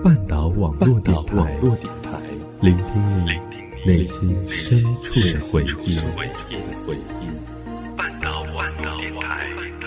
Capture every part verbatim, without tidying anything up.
半岛网络电台，聆听你内心深处的回忆。 半岛网络电台。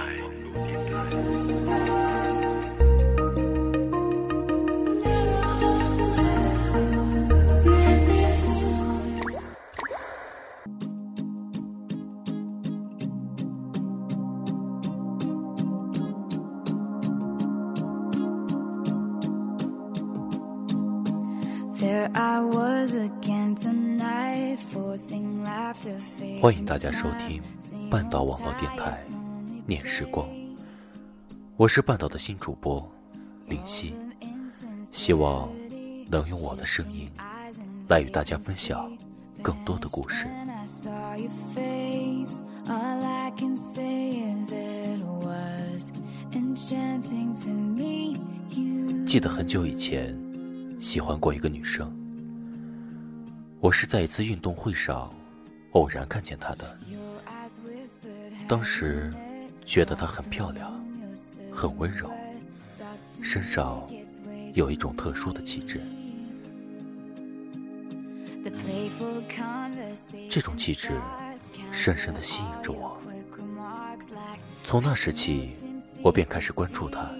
欢迎大家收听半岛网络电台念时光，我是半岛的新主播林夕，希望能用我的声音来与大家分享更多的故事。记得很久以前喜欢过一个女生，我是在一次运动会上偶然看见她的，当时觉得她很漂亮，很温柔，身上有一种特殊的气质。这种气质深深地吸引着我，从那时起我便开始关注她。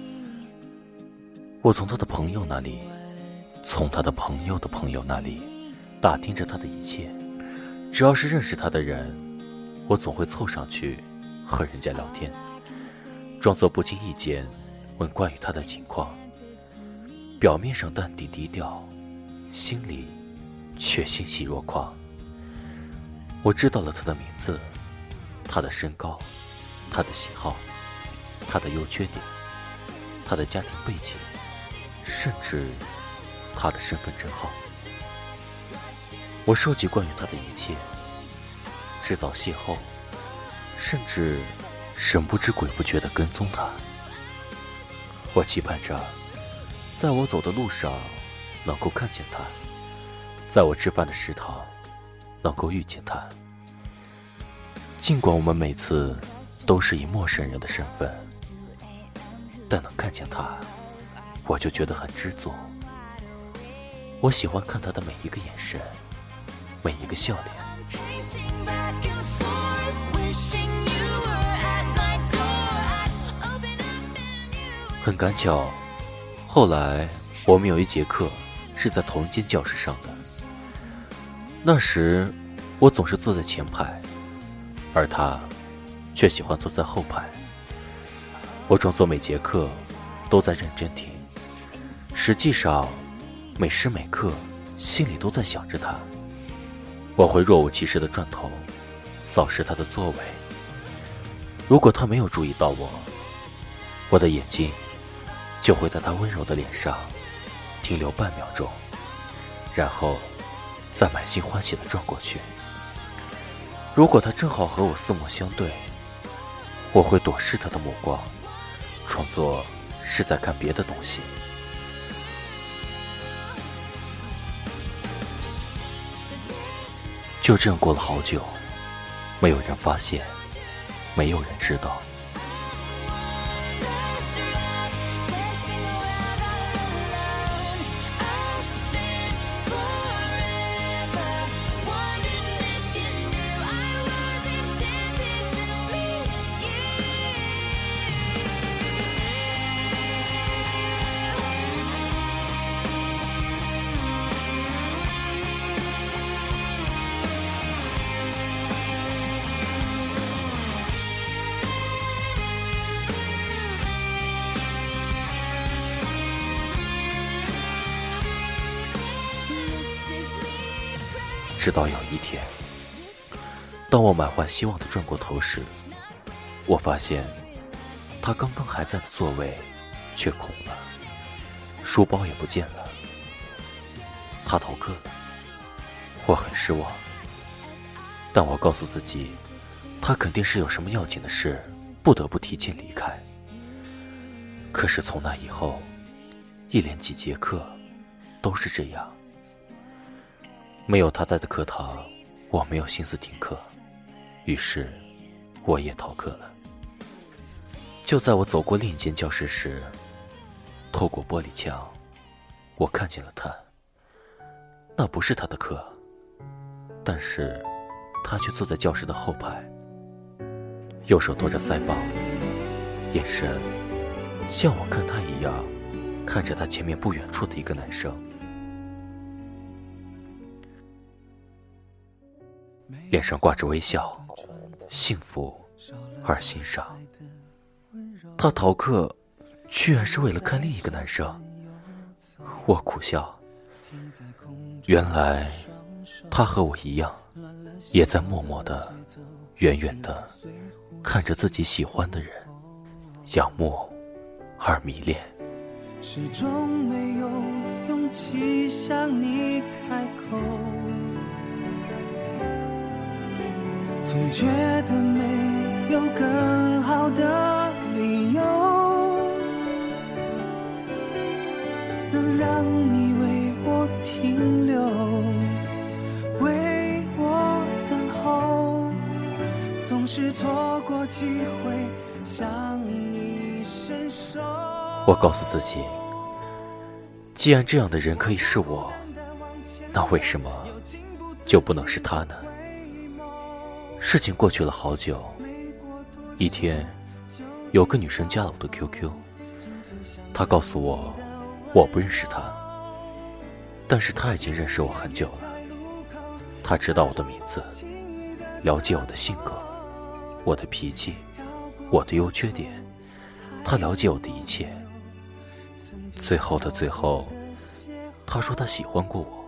我从她的朋友那里，从她的朋友的朋友那里打听着她的一切，只要是认识她的人，我总会凑上去和人家聊天，装作不经意间问关于她的情况，表面上淡定低调，心里却欣喜若狂。我知道了她的名字，她的身高，她的喜好，她的优缺点，她的家庭背景，甚至她的身份证号。我收集关于她的一切，制造邂逅，甚至神不知鬼不觉地跟踪她。我期盼着在我走的路上能够看见她，在我吃饭的食堂能够遇见她。尽管我们每次都是以陌生人的身份，但能看见她，我就觉得很知足。我喜欢看她的每一个眼神，每一个笑脸。很赶巧，后来我们有一节课是在同一间教室上的。那时我总是坐在前排，而他却喜欢坐在后排。我装作每节课都在认真听，实际上每时每刻心里都在想着他。我会若无其事地转头扫视他的座位，如果他没有注意到我，我的眼睛就会在他温柔的脸上停留半秒钟，然后再满心欢喜地转过去。如果他正好和我四目相对，我会躲视他的目光，装作是在看别的东西。就这样过了好久，没有人发现，没有人知道。直到有一天，当我满怀希望地转过头时，我发现他刚刚还在的座位却空了，书包也不见了。他逃课了，我很失望，但我告诉自己，他肯定是有什么要紧的事，不得不提前离开。可是从那以后，一连几节课都是这样。没有他在的课堂，我没有心思听课，于是我也逃课了。就在我走过另一间教室时，透过玻璃墙我看见了他，那不是他的课，但是他却坐在教室的后排，右手托着腮帮，眼神像我看他一样看着他前面不远处的一个男生。脸上挂着微笑，幸福而欣赏。他逃课居然是为了看另一个男生，我苦笑。原来他和我一样，也在默默地远远地看着自己喜欢的人，仰慕而迷恋。 始终没有勇气向你开口，总觉得没有更好的理由能让你为我停留，为我等候，总是错过机会向你伸手。 我告诉自己，既然这样的人可以是我，那为什么就不能是他呢？事情过去了好久，一天有个女生加了我的 Q Q， 她告诉我我不认识她，但是她已经认识我很久了。她知道我的名字，了解我的性格，我的脾气，我的优缺点，她了解我的一切。最后的最后，她说她喜欢过我。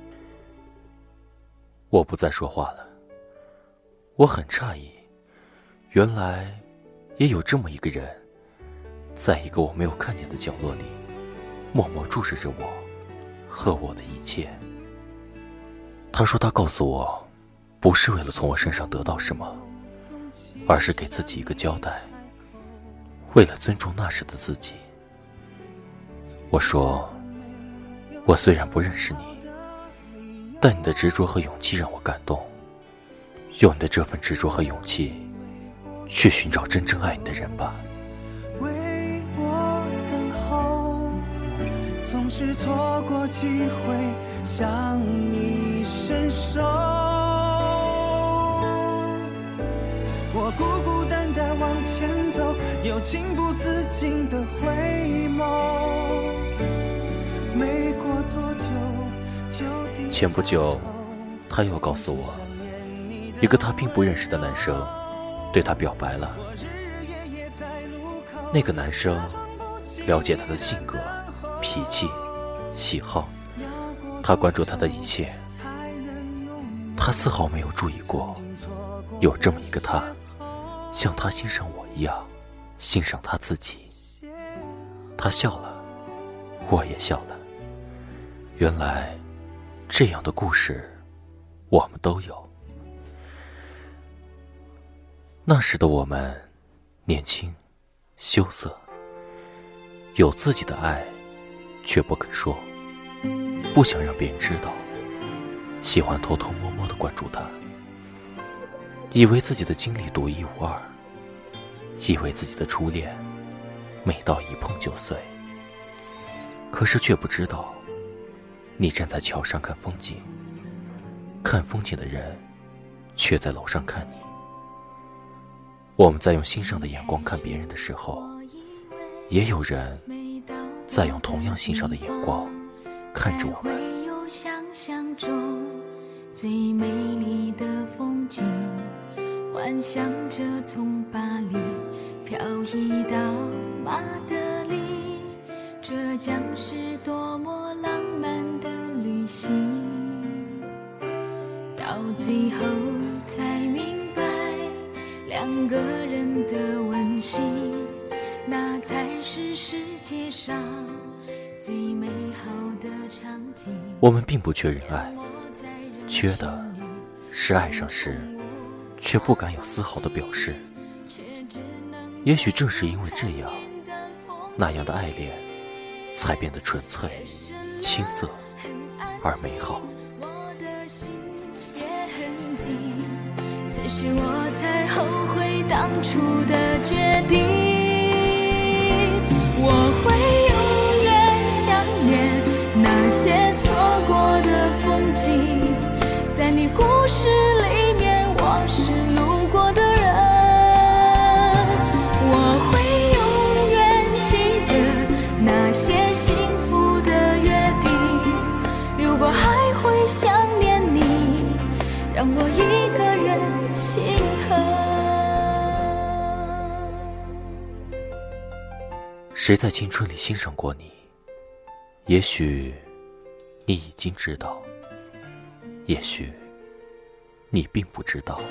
我不再说话了，我很诧异，原来也有这么一个人，在一个我没有看见的角落里，默默注视着我和我的一切。他说他告诉我，不是为了从我身上得到什么，而是给自己一个交代，为了尊重那时的自己。我说，我虽然不认识你，但你的执着和勇气让我感动，用你的这份执着和勇气去寻找真正爱你的人吧。 为我等候，总是错过机会向你伸手，我孤孤单单往前走，有情不自禁的回眸，没过多久就前不久他又告诉我，一个他并不认识的男生对他表白了。那个男生了解他的性格、脾气、喜好，他关注他的一切。他丝毫没有注意过，有这么一个他，像他欣赏我一样欣赏他自己。他笑了，我也笑了。原来这样的故事我们都有。那时的我们年轻羞涩，有自己的爱却不肯说，不想让别人知道，喜欢偷偷摸摸地关注他，以为自己的经历独一无二，以为自己的初恋美到一碰就碎。可是却不知道，你站在桥上看风景，看风景的人却在楼上看你。我们在用欣赏的眼光看别人的时候，也有人在用同样欣赏的眼光看着我们。 会有想象中最美丽的风景，幻想着从巴黎飘逸到马德里，这将是多么浪漫的旅行。到最后才明白，两个人的温馨，那才是世界上最美好的场景。 我们并不缺人爱，缺的是爱上时却不敢有丝毫的表示。也许正是因为这样，那样的爱恋才变得纯粹、青涩而美好。 此时我才后悔当初的决定，我会永远想念那些幸福的约定。如果还会想念你，让我一个人心疼。 谁在青春里欣赏过你？也许你已经知道，也许你并不知道。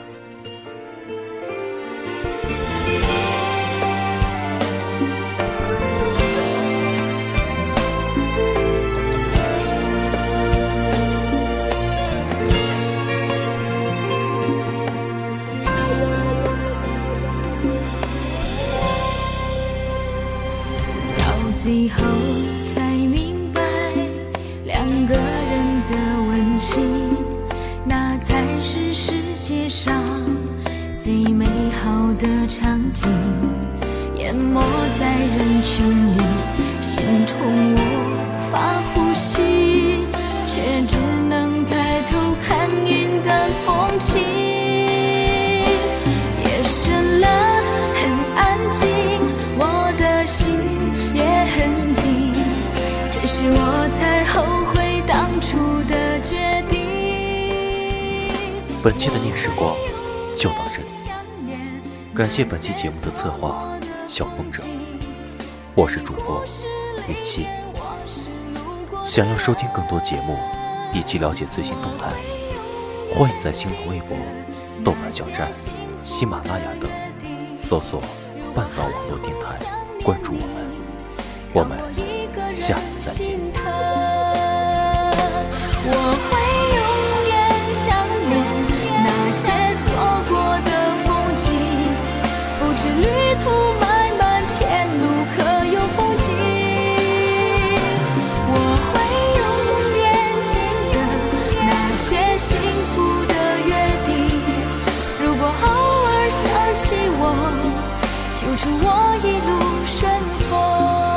最后才明白，两个人的温馨，那才是世界上最美好的场景。淹没在人群里，心痛无法呼吸，却只能抬头看云淡风轻。夜深了，很安静，我的心也很静，此时我才后悔当初的决定。 本期的念时光就到这里，感谢本期节目的策划小风筝，我是主播云溪。想要收听更多节目以及了解最新动态，欢迎在新浪微博、豆瓣小站、喜马拉雅等搜索半岛网络电台，关注我们。我们下次再见。 我会永远想念那些错过的风景，不知旅途漫漫，前路可有风景。我会永远记得那些幸福的约定，如果偶尔想起我，就祝我一路顺风。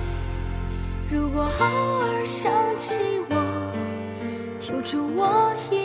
如果偶尔想起我，就祝我一